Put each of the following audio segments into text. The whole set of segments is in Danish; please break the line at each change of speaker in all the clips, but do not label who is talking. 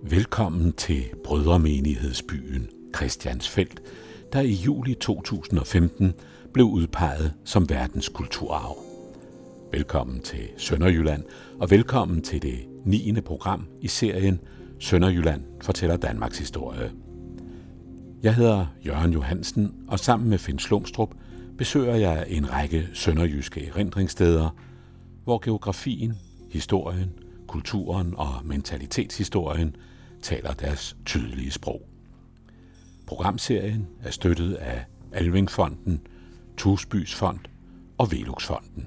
Velkommen til Brødremenighedsbyen Christiansfeld, der i juli 2015 blev udpeget som verdens kulturarv. Velkommen til Sønderjylland, og velkommen til det 9. program i serien Sønderjylland fortæller Danmarks historie. Jeg hedder Jørgen Johansen, og sammen med Finn Slumstrup besøger jeg en række sønderjyske erindringssteder, hvor geografien, historien, kulturen og mentalitetshistorien taler deres tydelige sprog. Programserien er støttet af Alvingfonden, Tusbys Fond og Veluxfonden.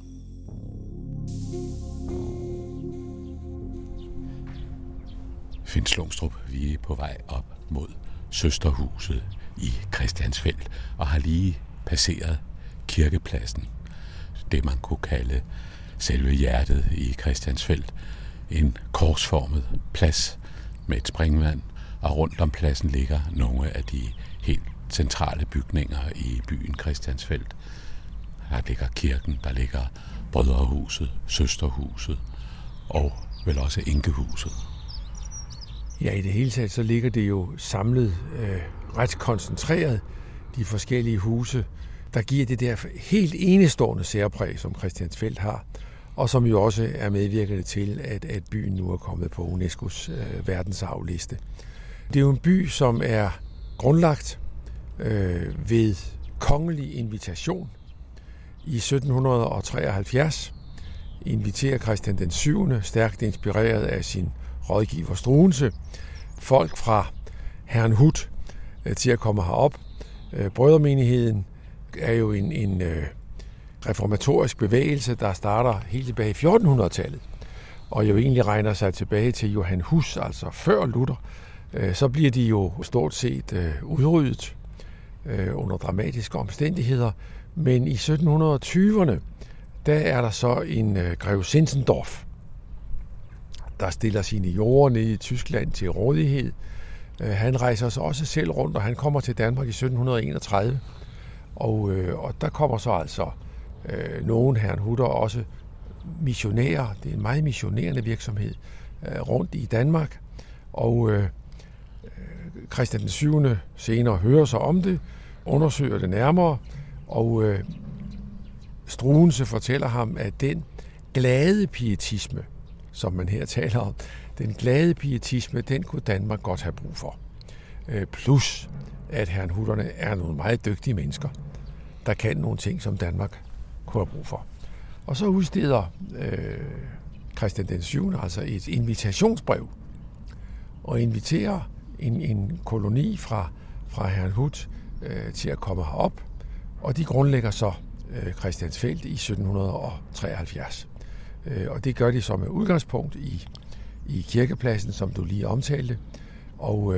Finn Slumstrup, vi er på vej op mod Søsterhuset i Christiansfeld og har lige passeret kirkepladsen, det man kunne kalde selve hjertet i Christiansfeld. En korsformet plads med et springvand, og rundt om pladsen ligger nogle af de helt centrale bygninger i byen Christiansfeld. Der ligger kirken, der ligger Brødrehuset, Søsterhuset og vel også Enkehuset.
Ja, i det hele taget så ligger det jo samlet ret koncentreret, de forskellige huse, der giver det der helt enestående særpræg, som Christiansfeld har, og som jo også er medvirkende til, at byen nu er kommet på UNESCO's verdensarvliste. Det er jo en by, som er grundlagt ved kongelig invitation. I 1773 inviterer Christian den 7., stærkt inspireret af sin rådgiver Struensee, folk fra Herrnhut til at komme herop. Brødremenigheden er jo en reformatorisk bevægelse, der starter helt tilbage i 1400-tallet, og jo egentlig regner sig tilbage til Johan Hus, altså før Luther. Så bliver de jo stort set udryddet under dramatiske omstændigheder, men i 1720'erne, der er der så en grev Zinzendorf, der stiller sine jorder nede i Tyskland til rådighed. Han rejser sig også selv rundt, og han kommer til Danmark i 1731, og der kommer så altså nogle herrnhutter, også missionærer. Det er en meget missionerende virksomhed rundt i Danmark, og Christian den 7. senere hører sig om det, undersøger det nærmere, og Struensee fortæller ham, at den glade pietisme, som man her taler om, den glade pietisme, den kunne Danmark godt have brug for. Plus, at herrnhutterne er nogle meget dygtige mennesker, der kan nogle ting, som Danmark kunne have brug for. Og så udsteder Christian den 7. altså et invitationsbrev, og inviterer en koloni fra Herrnhut til at komme herop, og de grundlægger så Christiansfeld i 1773. Og det gør de så med udgangspunkt i kirkepladsen, som du lige omtalte. Og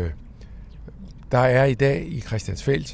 der er i dag i Christiansfeld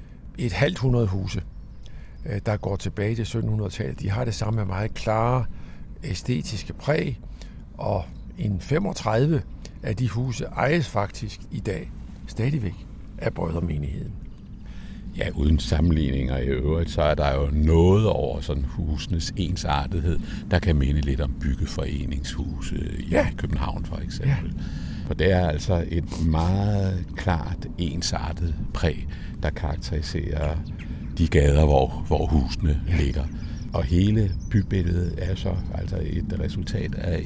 500 huse, der går tilbage til 1700-tallet. De har det samme meget klare æstetiske præg, og en 35 af de huse ejes faktisk i dag stadigvæk af Brødremenigheden.
Ja, uden sammenligninger i øvrigt, så er der jo noget over sådan husenes ensartethed, der kan minde lidt om byggeforeningshuse i København for eksempel. Ja. For det er altså et meget klart ensartet præg, der karakteriserer de gader, hvor husene ligger. Og hele bybilledet er så altså et resultat af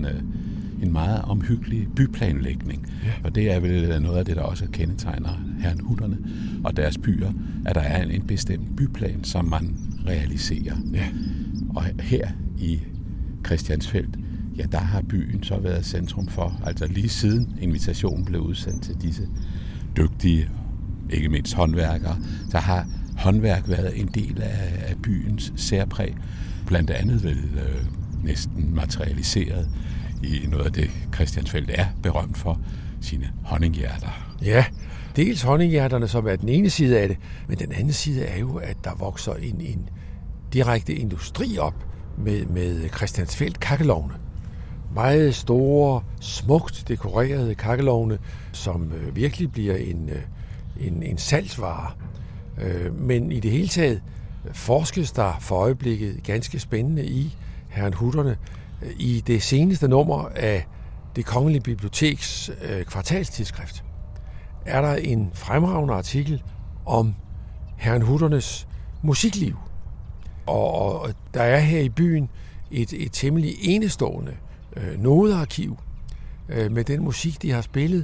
en meget omhyggelig byplanlægning. Ja. Og det er vel noget af det, der også kendetegner herrnhutterne og deres byer, at der er en bestemt byplan, som man realiserer. Ja. Og her i Christiansfeld, ja, der har byen så været centrum for, altså lige siden invitationen blev udsendt til disse dygtige, ikke mindst håndværkere, så har håndværk været en del af byens særpræg, blandt andet vel næsten materialiseret i noget af det, Christiansfeld er berømt for, sine honninghjerter.
Ja, dels honninghjerterne, som er den ene side af det, men den anden side er jo, at der vokser en direkte industri op med Christiansfeld kakkelovne. Meget store, smukt dekorerede kakkelovne, som virkelig bliver en salgsvare. Men i det hele taget forskes der for øjeblikket ganske spændende i herrnhutterne. I det seneste nummer af Det Kongelige Biblioteks kvartalstidsskrift er der en fremragende artikel om herrnhuternes musikliv. Og der er her i byen et temmelig enestående nodearkiv med den musik, de har spillet.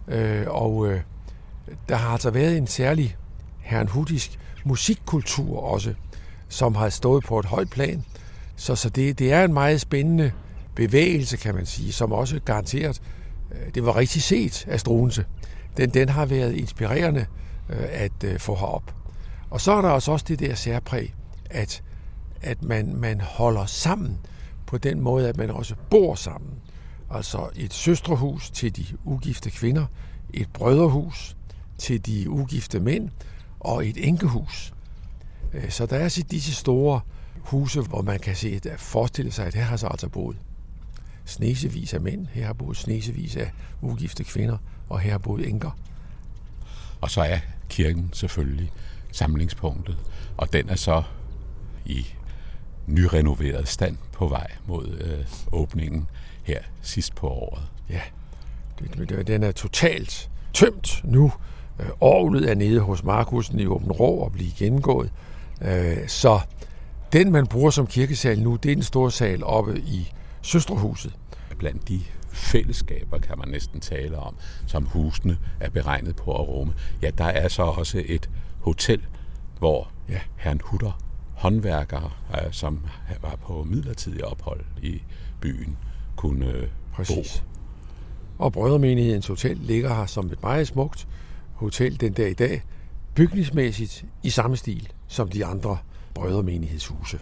Der har altså været en særlig herrnhutisk musikkultur også, som har stået på et højt plan. Så det er en meget spændende bevægelse, kan man sige, som også garanteret, det var rigtig set af Struensee. Den har været inspirerende at få herop. Og så er der også det der særpræg, at man holder sammen på den måde, at man også bor sammen. Altså et søstrehus til de ugifte kvinder, et brødrehus til de ugifte mænd og et enkehus. Så der er disse store huse, hvor man kan forestille sig, at her har så altså boet snesevis af mænd, her har boet snesevis af ugifte kvinder, og her har boet enker.
Og så er kirken selvfølgelig samlingspunktet, og den er så i nyrenoveret stand på vej mod åbningen her sidst på året.
Ja, den er totalt tømt nu. Orglet er nede hos Markussen i Åben Rå og bliver gennemgået. Så den, man bruger som kirkesal nu, det er den store sal oppe i søsterhuset.
Blandt de fællesskaber, kan man næsten tale om, som husene er beregnet på at rumme. Ja, der er så også et hotel, hvor herrnhuter håndværkere, som var på midlertidig ophold i byen, kunne bo.
Og Brødremenighedens Hotel ligger her som et meget smukt hotel den dag i dag, bygningsmæssigt i samme stil som de andre brødremenighedshuse.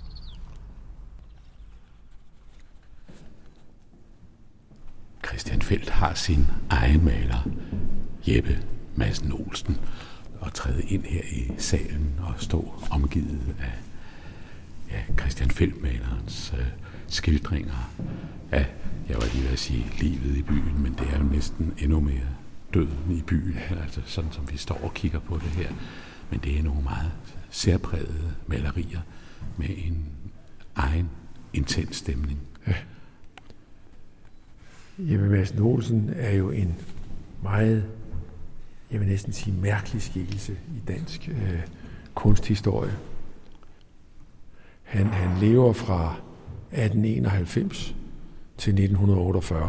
Christian Feldt har sin egen maler, Jeppe Madsen Olsen, og træde ind her i salen og stå omgivet af Christian Feldt-malerens skildringer af, jeg var lige ved at sige, livet i byen, men det er jo næsten endnu mere døden i byen, altså sådan som vi står og kigger på det her. Men det er nogle meget særprægede malerier med en egen intens stemning.
Ja. Jeppe Madsen Olsen er jo en meget, jeg vil næsten sige, mærkelig skikkelse i dansk kunsthistorie. Han lever fra 1891 til 1948,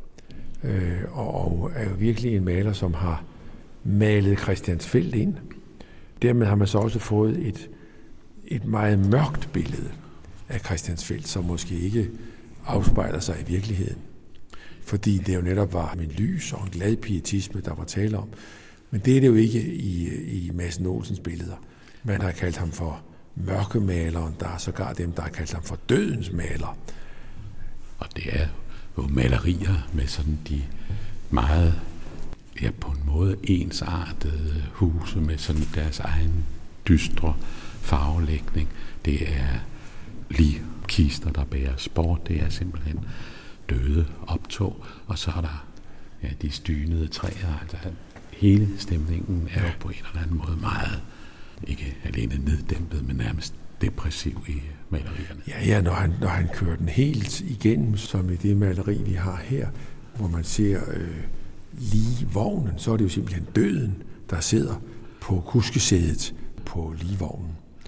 og er jo virkelig en maler, som har malet Christiansfeld ind. Dermed har man så også fået et meget mørkt billede af Christiansfeld, som måske ikke afspejler sig i virkeligheden. Fordi det jo netop var en lys og en glad pietisme, der var tale om. Men det er det jo ikke i Madsen Olsens billeder. Man har kaldt ham for mørkemaleren, der er sågar dem, der har kaldt ham for dødens maler.
Og det er jo malerier med sådan de meget, på en måde ensartede huse med sådan deres egen dystre farvelægning. Det er lige kister, der bærer sport. Det er simpelthen døde optog, og så er der de stynede træer. Altså, hele stemningen er jo på en eller anden måde meget, ikke alene neddæmpet, men nærmest depressiv i malerierne.
Ja, når han kører den helt igennem, som i det maleri, vi har her, hvor man ser ligevognen, så er det jo simpelthen døden, der sidder på kuskesædet på ligevognen.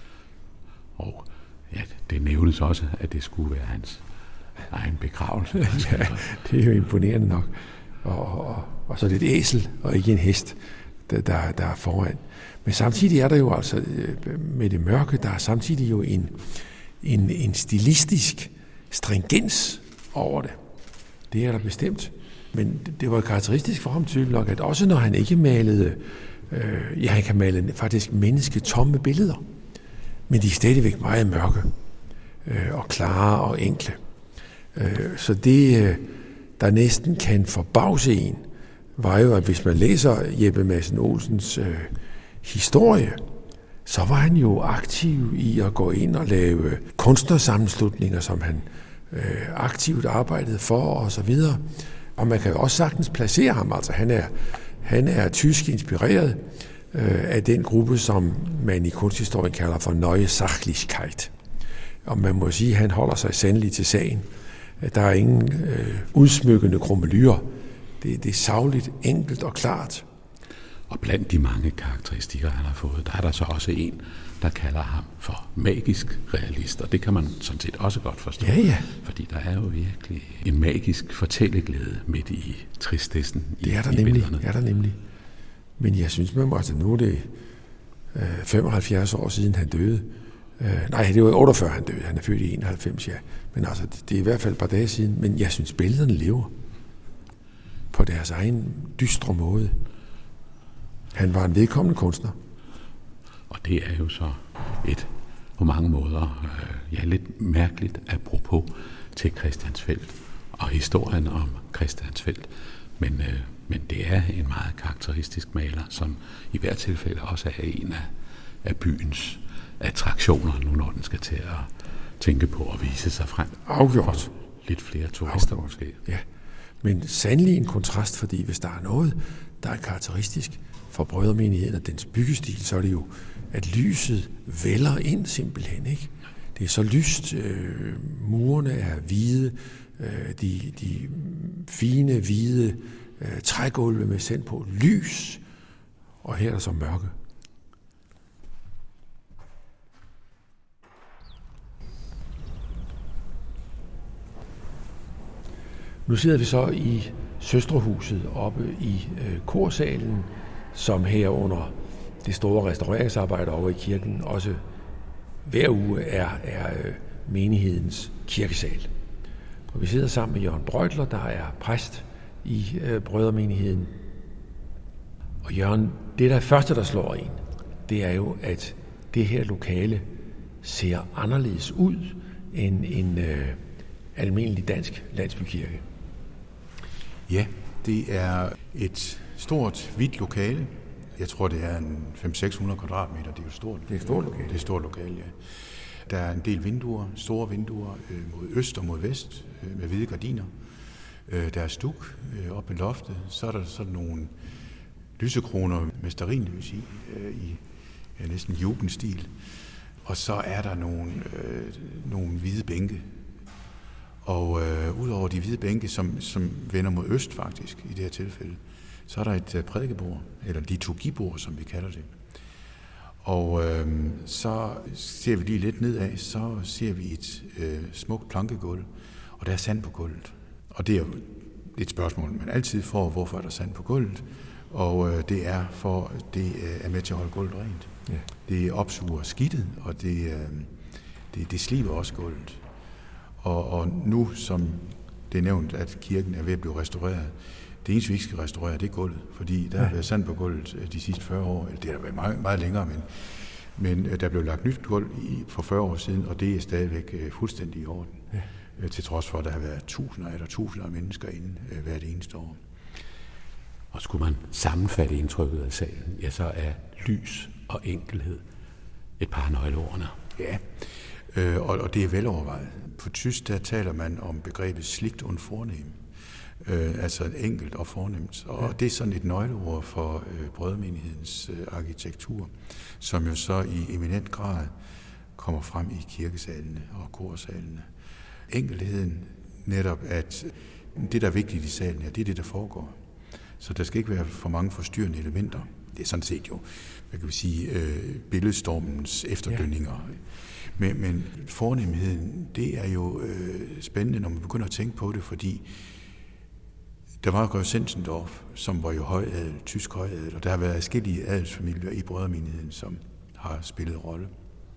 Og det nævnes også, at det skulle være hans egen begravelse.
Ja, det er jo imponerende nok. Og så er det et æsel, og ikke en hest, der er foran. Men samtidig er der jo altså, med det mørke, der er samtidig jo en stilistisk stringens over det. Det er der bestemt. Men det var karakteristisk for ham tydeligt nok, at også når han ikke malede, han kan male faktisk mennesketomme billeder, men de er stadigvæk meget mørke og klare og enkle. Så det, der næsten kan forbavse en, var jo, at hvis man læser Jeppe Madsen Olsens historie, så var han jo aktiv i at gå ind og lave kunstnersammenslutninger, som han aktivt arbejdede for og så videre. Og man kan jo også sagtens placere ham. Altså han er tysk inspireret af den gruppe, som man i kunsthistorien kalder for Neue Sachlichkeit. Og man må sige, at han holder sig sandelig til sagen. Der er ingen udsmykkende krummelyrer. Det er sagligt, enkelt og klart.
Og blandt de mange karakteristikker, han har fået, der er der så også en, der kalder ham for magisk realist, og det kan man sådan set også godt forstå.
Ja.
Fordi der er jo virkelig en magisk fortælleglæde midt i tristessen.
Det er der nemlig. Men jeg synes, nu er det 75 år siden han døde. Nej, det var 48, han døde. Han er født i 91, ja. Men altså, det er i hvert fald et par dage siden. Men jeg synes, billederne lever på deres egen dystre måde. Han var en vedkommende kunstner.
Og det er jo så et på mange måder lidt mærkeligt apropos til Christiansfeld og historien om Christiansfeld. Men det er en meget karakteristisk maler, som i hvert tilfælde også er en af byens attraktioner, nu når den skal til at tænke på at vise sig frem.
Afgjort.
Lidt flere turister måske.
Ja, men sandelig en kontrast, fordi hvis der er noget, der er karakteristisk for brødremenigheden og dens byggestil, så er det jo, at lyset vælder ind simpelthen, ikke? Det er så lyst, murene er hvide, de fine, hvide trægulve med sendt på lys, og her er der så mørke. Nu sidder vi så i Søstrehuset oppe i korsalen, som her under det store restaureringsarbejde over i kirken også hver uge er menighedens kirkesal. Og vi sidder sammen med Jørgen Breutler, der er præst i brødremenigheden. Og Jørgen, det der første, der slår en, det er jo, at det her lokale ser anderledes ud end en almindelig dansk landsbykirke.
Ja, det er et stort, hvidt lokale. Jeg tror, det er en 500-600 kvadratmeter. Det er jo stort.
Det er et stort lokale.
Det er et stort lokale, ja. Der er en del vinduer, store vinduer mod øst og mod vest med hvide gardiner. Der er stuk op ved loftet. Så er der sådan nogle lysekroner med stearinlys i næsten jugendstil. Og så er der nogle hvide bænke. Og udover de hvide bænke, som vender mod øst faktisk i det her tilfælde, så er der et prædikebord, eller liturgibord, som vi kalder det. Og så ser vi lige lidt nedad, så ser vi et smukt plankegulv, og der er sand på gulvet. Og det er jo et spørgsmål, man altid får, hvorfor er der sand på gulvet? Og det er for, det er med til at holde gulvet rent. Ja. Det opsuger skidtet, og det sliber også gulvet. Og nu, som det er nævnt, at kirken er ved at blive restaureret, det eneste, vi ikke skal restaurere, det er gulvet, fordi der har været sand på gulvet de sidste 40 år, eller det har været meget, meget længere, men der blev lagt nyt gulv for 40 år siden, og det er stadigvæk fuldstændig i orden, til trods for, at der har været tusinder af mennesker inde hvert eneste år.
Og skulle man sammenfatte indtrykket af salen, ja, så er lys og enkelhed et par nøgleordene.
Ja, og det er velovervejet. På tysk, der taler man om begrebet schlicht und vornehm. Altså enkelt og fornemt. Og det er sådan et nøgleord for brødremenighedens arkitektur, som jo så i eminent grad kommer frem i kirkesalene og korsalene. Enkelheden netop, at det, der er vigtigt i salen, det er det, der foregår. Så der skal ikke være for mange forstyrrende elementer. Det er sådan set jo, hvad kan vi sige, billedstormens efterdønninger. Men fornemheden, det er jo spændende, når man begynder at tænke på det, fordi der var Grev Zinzendorf, som var jo højadel, tysk højadel, og der har været adskillige adelsfamilier i brødremenigheden, som har spillet rolle.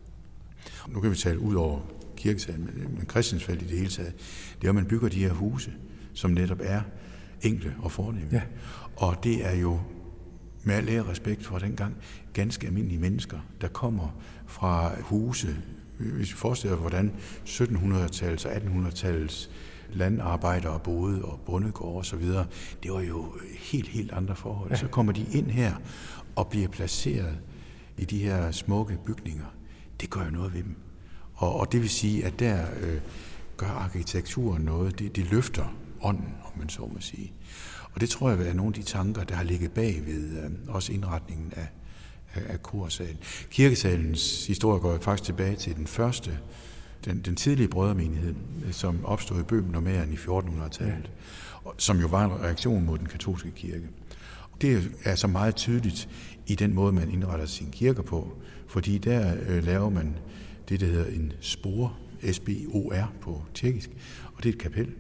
Nu kan vi tale ud over kirkesalen, men Christiansfeld i det hele taget, det er, at man bygger de her huse, som netop er enkle og fornemme. Ja. Og det er jo, med al ære respekt for dengang, ganske almindelige mennesker, der kommer fra huse. Hvis vi forestiller os, hvordan 1700-tallets og 1800-tallets landarbejdere boede og bondegård og så videre, det var jo helt andre forhold. Ja. Så kommer de ind her og bliver placeret i de her smukke bygninger. Det gør jo noget ved dem. Og det vil sige, at der gør arkitekturen noget. Det løfter ånden, om man så må sige. Og det tror jeg er nogle af de tanker, der har ligget bag ved også indretningen af korsalen. Kirkesalens historie går faktisk tilbage til den første den tidlige brødremenighed, som opstod i Bøhmen og Mähren i 1400-tallet, som jo var en reaktion mod den katolske kirke. Det er så meget tydeligt i den måde, man indretter sine kirker på, fordi der laver man det, der hedder en spor, S-B-O-R på tjekkisk, og det er et kapel.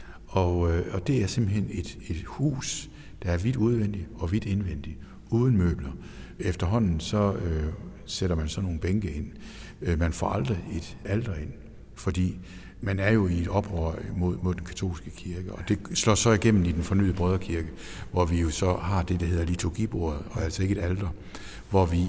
Og det er simpelthen et hus, der er vidt udvendigt og vidt indvendigt, uden møbler. Efterhånden så sætter man så nogle bænke ind. Man får aldrig et alter ind, fordi man er jo i et oprør mod den katolske kirke, og det slår så igennem i den fornyede brødrekirke, hvor vi jo så har det, der hedder liturgibordet, og altså ikke et alter, hvor vi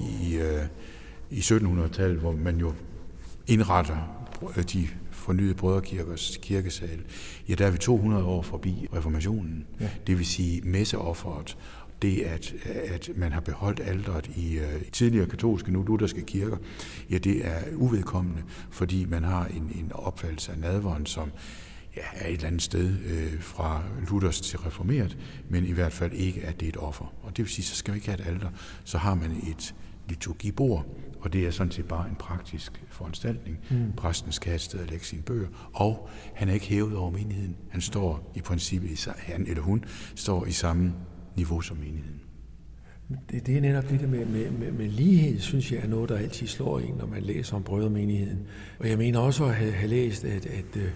i 1700-tallet, hvor man jo indretter de fornyede brødrekirkers kirkesal, ja, der er vi 200 år forbi reformationen. Ja. Det vil sige messeofferet, det at man har beholdt alteret i tidligere katolske, nu lutherske kirker, ja, det er uvedkommende, fordi man har en opfattelse af nadveren, som er et eller andet sted fra Luthers til reformeret, men i hvert fald ikke, at det er et offer. Og det vil sige, så skal man ikke have et alter, så har man et liturgibord, og det er sådan set bare en praktisk foranstaltning. Præsten skal have et sted at lægge sine bøger, og han er ikke hævet over menigheden. Han står i princippet, han eller hun står i samme niveau som menigheden.
Det er netop det der med lighed, synes jeg, er noget, der altid slår en, når man læser om brødremenigheden. Og jeg mener også at have læst, at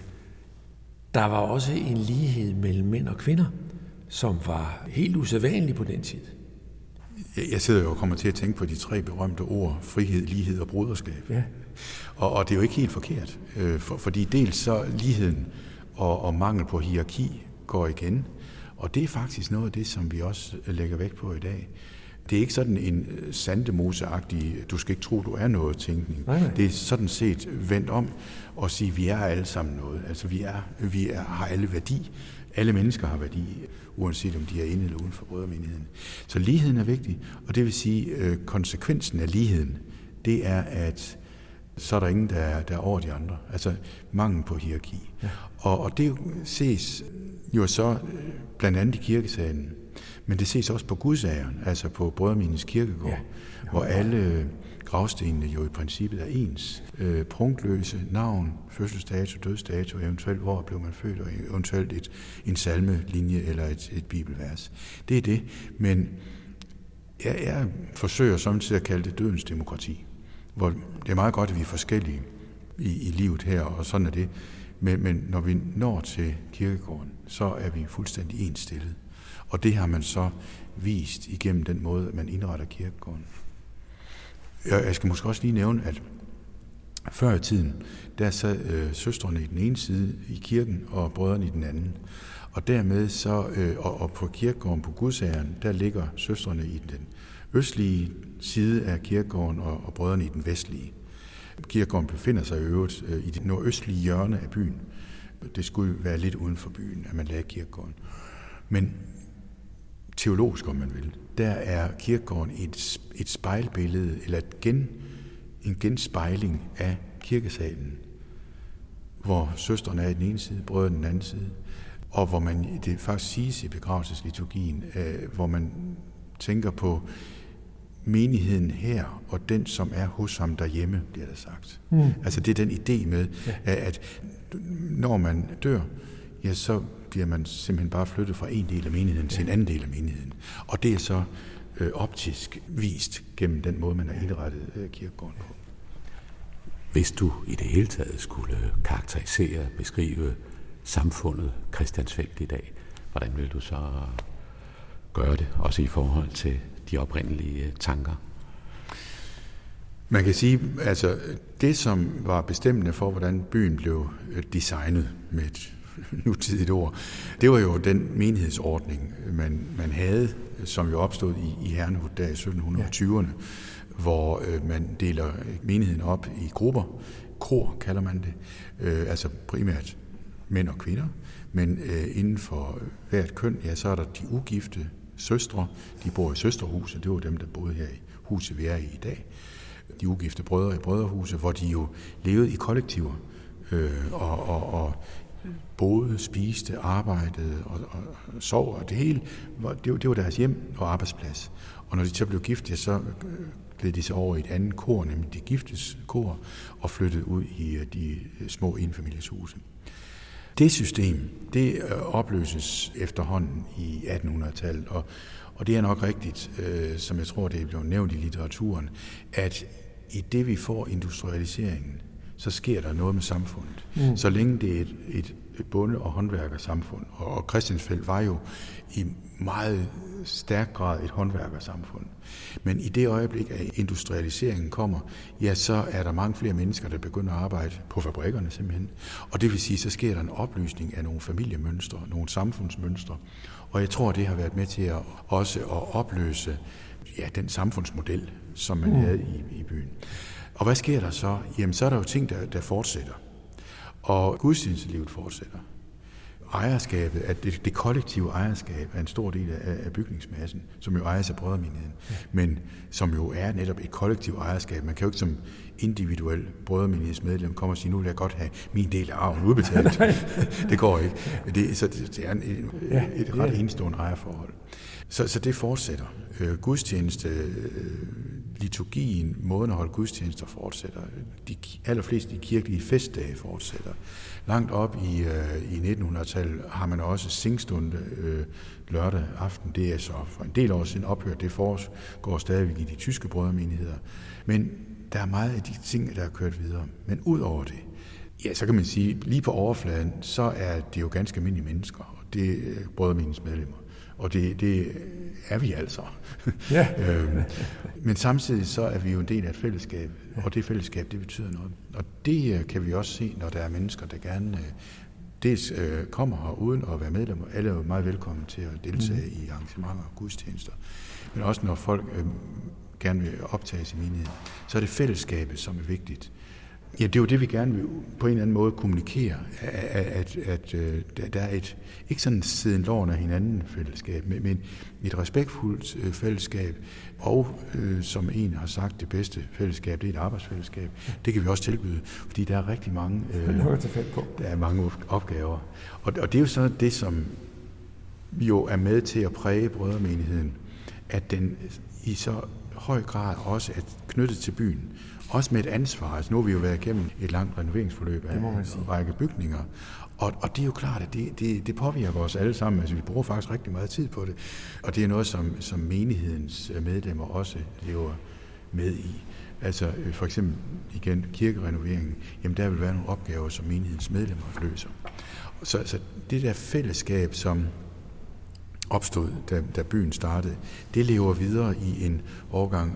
der var også en lighed mellem mænd og kvinder, som var helt usædvanlig på den tid.
Jeg sidder jo og kommer til at tænke på de 3 berømte ord, frihed, lighed og broderskab. Ja. Og det er jo ikke helt forkert, fordi dels så ligheden og mangel på hierarki går igen, og det er faktisk noget af det, som vi også lægger vægt på i dag. Det er ikke sådan en sandemoseagtig, du skal ikke tro, du er noget tænkning. Nej. Det er sådan set vendt om og sige, vi er alle sammen noget. Altså vi har alle værdi. Alle mennesker har værdi, uanset om de er inde eller uden for brødremenigheden. Så ligheden er vigtig, og det vil sige, konsekvensen af ligheden, det er, at så er der ingen, der er over de andre. Altså mangel på hierarki. Ja. Og det ses jo så blandt andet i kirkesalen, men det ses også på gudsageren, altså på brødremenighedens kirkegård, hvor alle gravstenene jo i princippet er ens. Prunkløse, navn, fødselsdato, dødsdato, eventuelt hvor blev man født, og eventuelt en salmelinje eller et bibelvers. Det er det, men jeg forsøger samtidig at kalde det dødens demokrati, hvor det er meget godt, at vi er forskellige i livet her, og sådan er det. Men når vi når til kirkegården, så er vi fuldstændig enstillet. Og det har man så vist igennem den måde, man indretter kirkegården. Jeg skal måske også lige nævne, at før i tiden, der sad søstrene i den ene side i kirken, og brødrene i den anden. Og dermed så, og på kirkegården på gudsageren, der ligger søstrene i den østlige side af kirkegården, og brødrene i den vestlige. Kirkegården befinder sig i øvrigt i det nordøstlige hjørne af byen. Det skulle være lidt uden for byen, at man lagde kirkegården. Men teologisk, om man vil, der er kirkegården et spejlbillede, eller en genspejling af kirkesalen, hvor søstrene er i den ene side, brødrene i den anden side, og hvor man, det faktisk siges i begravelsesliturgien, hvor man tænker på menigheden her, og den, som er hos ham derhjemme, bliver der sagt. Altså det er den idé med, at når man dør, ja, så bliver man simpelthen bare flyttet fra en del af menigheden til en anden del af menigheden. Og det er så optisk vist gennem den måde, man har indrettet kirkegården på.
Hvis du i det hele taget skulle karakterisere, beskrive samfundet Christiansfeld i dag, hvordan vil du så gøre det, også i forhold til de oprindelige tanker?
Man kan sige, altså det, som var bestemmende for, hvordan byen blev designet med et nutidigt ord, det var jo den menighedsordning, man havde, som jo opstod i Herrnhut der i 1720'erne, hvor man deler menigheden op i grupper. Kor kalder man det, altså primært mænd og kvinder, men inden for hvert køn, ja, så er der de ugifte søstre, de bor i søsterhuset, det var dem, der boede her i huset, vi er i dag. De ugifte brødre i brødrehuse, hvor de jo levede i kollektiver, og boede, spiste, arbejdede og sov, og det hele, det var deres hjem og arbejdsplads. Og når de så blev gift, ja, så gled de sig over i et andet kor, nemlig de giftes kor, og flyttede ud i de små enfamilieshuse. Det system, det opløses efterhånden i 1800-tallet, og det er nok rigtigt, som jeg tror, det er blevet nævnt i litteraturen, at i det, vi får industrialiseringen, så sker der noget med samfundet. Så længe det er et bonde- og håndværkersamfund, og Christiansfeld var jo i meget stærk grad et håndværkersamfund. Men i det øjeblik, at industrialiseringen kommer, ja, så er der mange flere mennesker, der begynder at arbejde på fabrikkerne simpelthen. Og det vil sige, så sker der en opløsning af nogle familiemønstre, nogle samfundsmønstre. Og jeg tror, det har været med til at opløse den samfundsmodel, som man havde i byen. Og hvad sker der så? Jamen, så er der jo ting, der fortsætter. Og gudstjenestelivet fortsætter. Ejerskabet, at det kollektive ejerskab er en stor del af bygningsmassen, som jo ejes af brødremenigheden, men som jo er netop et kollektivt ejerskab. Man kan jo ikke som individuel brødremenighedsmedlem komme og sige, nu vil jeg godt have min del af arven udbetalt. Det går ikke. Det er et ret enestående ejerforhold. Så det fortsætter. Gudstjeneste, liturgien, måden at holde gudstjenester fortsætter. De allerfleste kirkelige festdage fortsætter. Langt op i 1900-tallet har man også singstunde lørdag aften. Det er så for en del år siden ophørt. Det foregår stadigvæk i de tyske brødremenigheder. Men der er meget af de ting, der er kørt videre. Men ud over det, ja, så kan man sige, lige på overfladen, så er det jo ganske almindelige mennesker, og det er brødremenighedsmedlemmer. Og det er vi altså. Ja. Men samtidig så er vi jo en del af et fællesskab, og det fællesskab, det betyder noget. Og det kan vi også se, når der er mennesker, der gerne dels kommer her uden at være medlemmer. Alle er jo meget velkommen til at deltage i arrangementer og gudstjenester. Men også når folk gerne vil optages i menigheden, så er det fællesskabet, som er vigtigt. Ja, det er jo det, vi gerne vil på en eller anden måde kommunikere, at der er ikke sådan siden loven af hinanden fællesskab, men et respektfuldt fællesskab, og som en har sagt, det bedste fællesskab, det er et arbejdsfællesskab. Det kan vi også tilbyde, fordi der er rigtig mange, der er mange opgaver. Og det er jo så det, som jo er med til at præge brødremenigheden, at den i så høj grad også er knyttet til byen. Også med et ansvar. Altså nu har vi jo været igennem et langt renoveringsforløb af en række bygninger. Og det er jo klart, at det påvirker os alle sammen. Altså vi bruger faktisk rigtig meget tid på det. Og det er noget, som menighedens medlemmer også lever med i. Altså for eksempel igen kirkerenoveringen. Jamen der vil være nogle opgaver, som menighedens medlemmer løser. Så det der fællesskab, som opstod, da byen startede, det lever videre i en årgang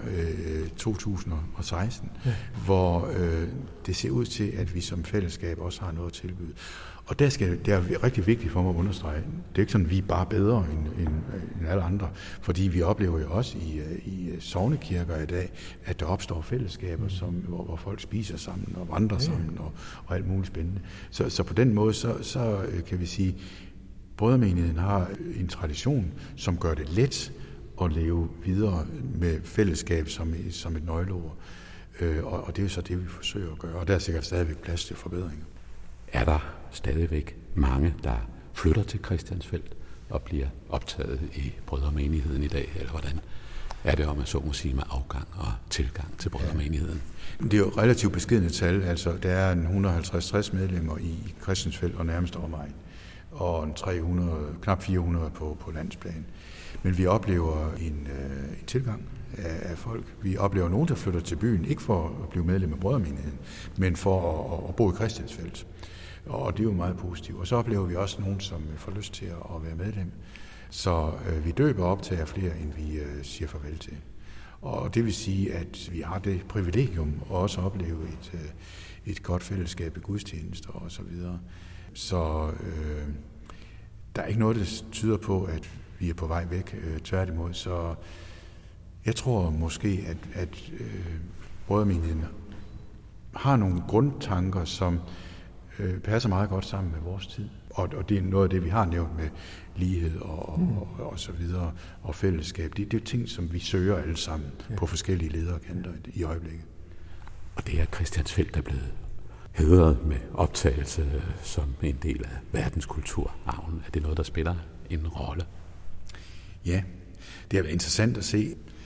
2016, hvor det ser ud til, at vi som fællesskab også har noget at tilbyde. Og det er rigtig vigtigt for mig at understrege. Det er ikke sådan, at vi er bare bedre end alle andre, fordi vi oplever jo også i sognekirker i dag, at der opstår fællesskaber, hvor folk spiser sammen og vandrer sammen og alt muligt spændende. Så på den måde, så kan vi sige, brødremenigheden har en tradition, som gør det let at leve videre med fællesskab som et nøgleord. Og det er jo så det, vi forsøger at gøre. Og der er sikkert stadigvæk plads til forbedringer.
Er der stadigvæk mange, der flytter til Christiansfeld og bliver optaget i brødremenigheden i dag? Eller hvordan er det, om man så må sige, med afgang og tilgang til brødremenigheden?
Det er jo relativt beskedne tal. Altså, der er 150-60 medlemmer i Christiansfeld og nærmest omegn. Og knap 400 på landsplan. Men vi oplever en tilgang af folk. Vi oplever nogen, der flytter til byen, ikke for at blive medlem af brødremenigheden, men for at bo i Christiansfeld. Og det er jo meget positivt. Og så oplever vi også nogen, som får lyst til at være medlem. Så vi døber og optager flere, end vi siger farvel til. Og det vil sige, at vi har det privilegium at også opleve et godt fællesskab i gudstjenester og så videre. Så der er ikke noget, der tyder på, at vi er på vej væk. Tværtimod, så jeg tror måske, at brødremenigheden har nogle grundtanker, som passer meget godt sammen med vores tid. Og det er noget af det, vi har nævnt med lighed og så videre, og fællesskab. Det er ting, som vi søger alle sammen på forskellige lederkanter i øjeblikket.
Og det er Christiansfeld, der er blevet hædret med optagelse som en del af verdenskulturarven. Er det noget, der spiller en rolle?
Ja, det er interessant at se.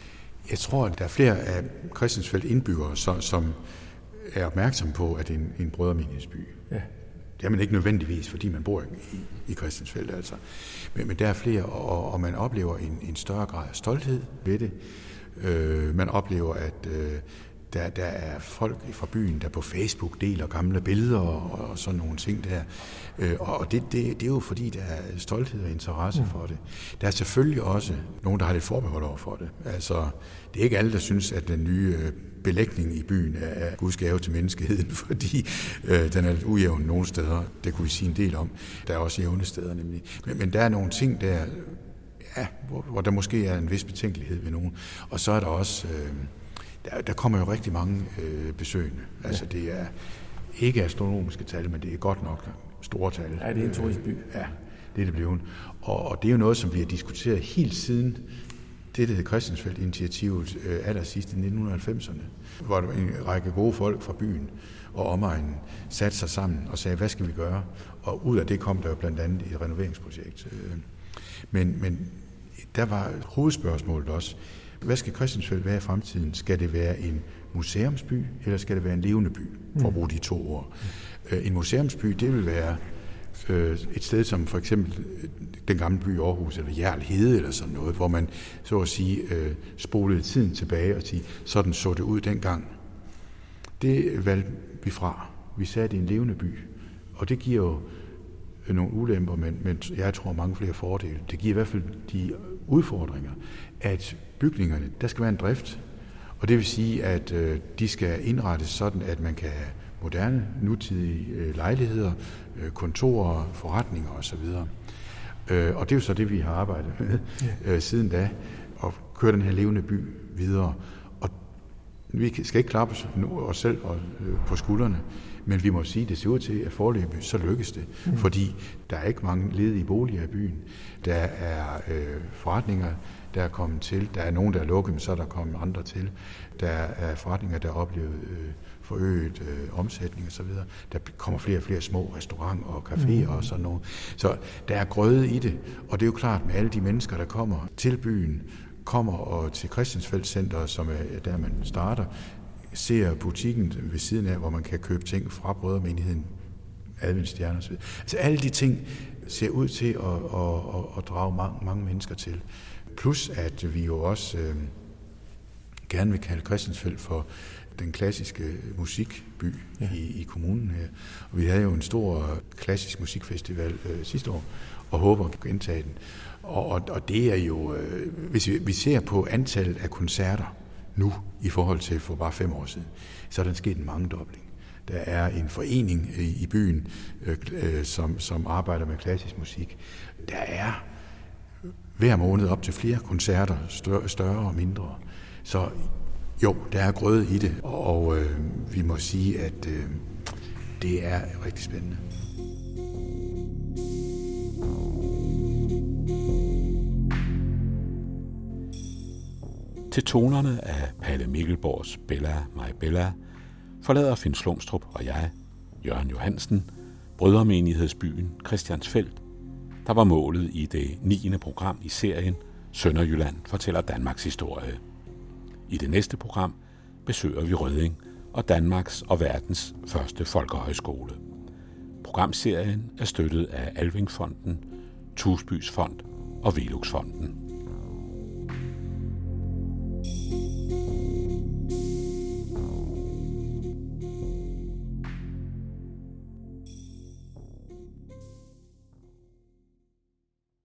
Jeg tror, at der er flere af Christiansfeld indbyggere, som er opmærksom på, at det er en brødremenighedsby. Ja. Det er man ikke nødvendigvis, fordi man bor i Christiansfeld, altså. Men der er flere, og man oplever en større grad af stolthed ved det. Man oplever, at der er folk fra byen, der på Facebook deler gamle billeder og sådan nogle ting der. Og det er jo fordi, der er stolthed og interesse for det. Der er selvfølgelig også nogen, der har lidt forbehold over for det. Altså, det er ikke alle, der synes, at den nye belægning i byen er Guds gave til menneskeheden, fordi den er lidt ujævn nogle steder. Det kunne vi sige en del om. Der er også jævne steder nemlig. Men der er nogle ting der, hvor der måske er en vis betænkelighed ved nogen. Og så er der også... Der kommer jo rigtig mange besøgende. Altså det er ikke astronomiske tal, men det er godt nok store tal.
Ja, det er en turistby.
Ja, det er det blevet. Og det er jo noget, som vi har diskuteret helt siden det, der hed Christiansfeld-initiativet allersidst i 1990'erne, hvor der en række gode folk fra byen og omegnen satte sig sammen og sagde, hvad skal vi gøre? Og ud af det kom der jo blandt andet et renoveringsprojekt. Men der var hovedspørgsmålet også, hvad skal Christiansfeld være i fremtiden? Skal det være en museumsby, eller skal det være en levende by, for at bruge de 2 ord? En museumsby, det vil være et sted som for eksempel den gamle by Aarhus, eller Hjerl Hede, eller sådan noget, hvor man så at sige spolede tiden tilbage og sige, sådan så det ud dengang. Det valgte vi fra. Vi sagde, det er en levende by, og det giver jo nogle ulemper, men jeg tror mange flere fordele. Det giver i hvert fald de udfordringer, at bygningerne, der skal være en drift, og det vil sige, at de skal indrettes sådan, at man kan have moderne, nutidige lejligheder, kontorer, forretninger osv. Og det er jo så det, vi har arbejdet med siden da, at køre den her levende by videre. Og vi skal ikke klappe os selv på skuldrene, men vi må sige, at det ser ud til, at foreløbig så lykkes det, fordi der er ikke mange ledige boliger i byen. Der er forretninger, der er kommet til. Der er nogen, der er lukket, men så er der kommet andre til. Der er forretninger, der har oplevet forøget omsætning osv. Der kommer flere og flere små restauranter og caféer og sådan noget. Så der er grøde i det, og det er jo klart med alle de mennesker, der kommer til byen, kommer og til Christiansfeld Center, som er der, man starter, ser butikken ved siden af, hvor man kan købe ting fra brødremenigheden, adventsstjerner osv. Altså alle de ting ser ud til at drage mange mennesker til. Plus at vi jo også gerne vil kalde Christiansfeld for den klassiske musikby i kommunen her. Og vi havde jo en stor klassisk musikfestival sidste år, og håber at gentage den. Og det er jo, hvis vi ser på antallet af koncerter nu i forhold til for bare 5 år siden, så er der sket en mangedobling. Der er en forening i byen, som arbejder med klassisk musik. Der er hver måned op til flere koncerter, større og mindre. Så jo, der er grøde i det, og vi må sige, at det er rigtig spændende.
Til tonerne af Palle Mikkelborgs Bella Mai Bella forlader Finn Slumstrup og jeg, Jørgen Johansen, brødremenighedsbyen Christiansfeld, der var målet i det 9. program i serien Sønderjylland fortæller Danmarks historie. I det næste program besøger vi Rødding og Danmarks og verdens første folkehøjskole. Programserien er støttet af Alvingfonden, Tusbys Fond og Velux Fonden.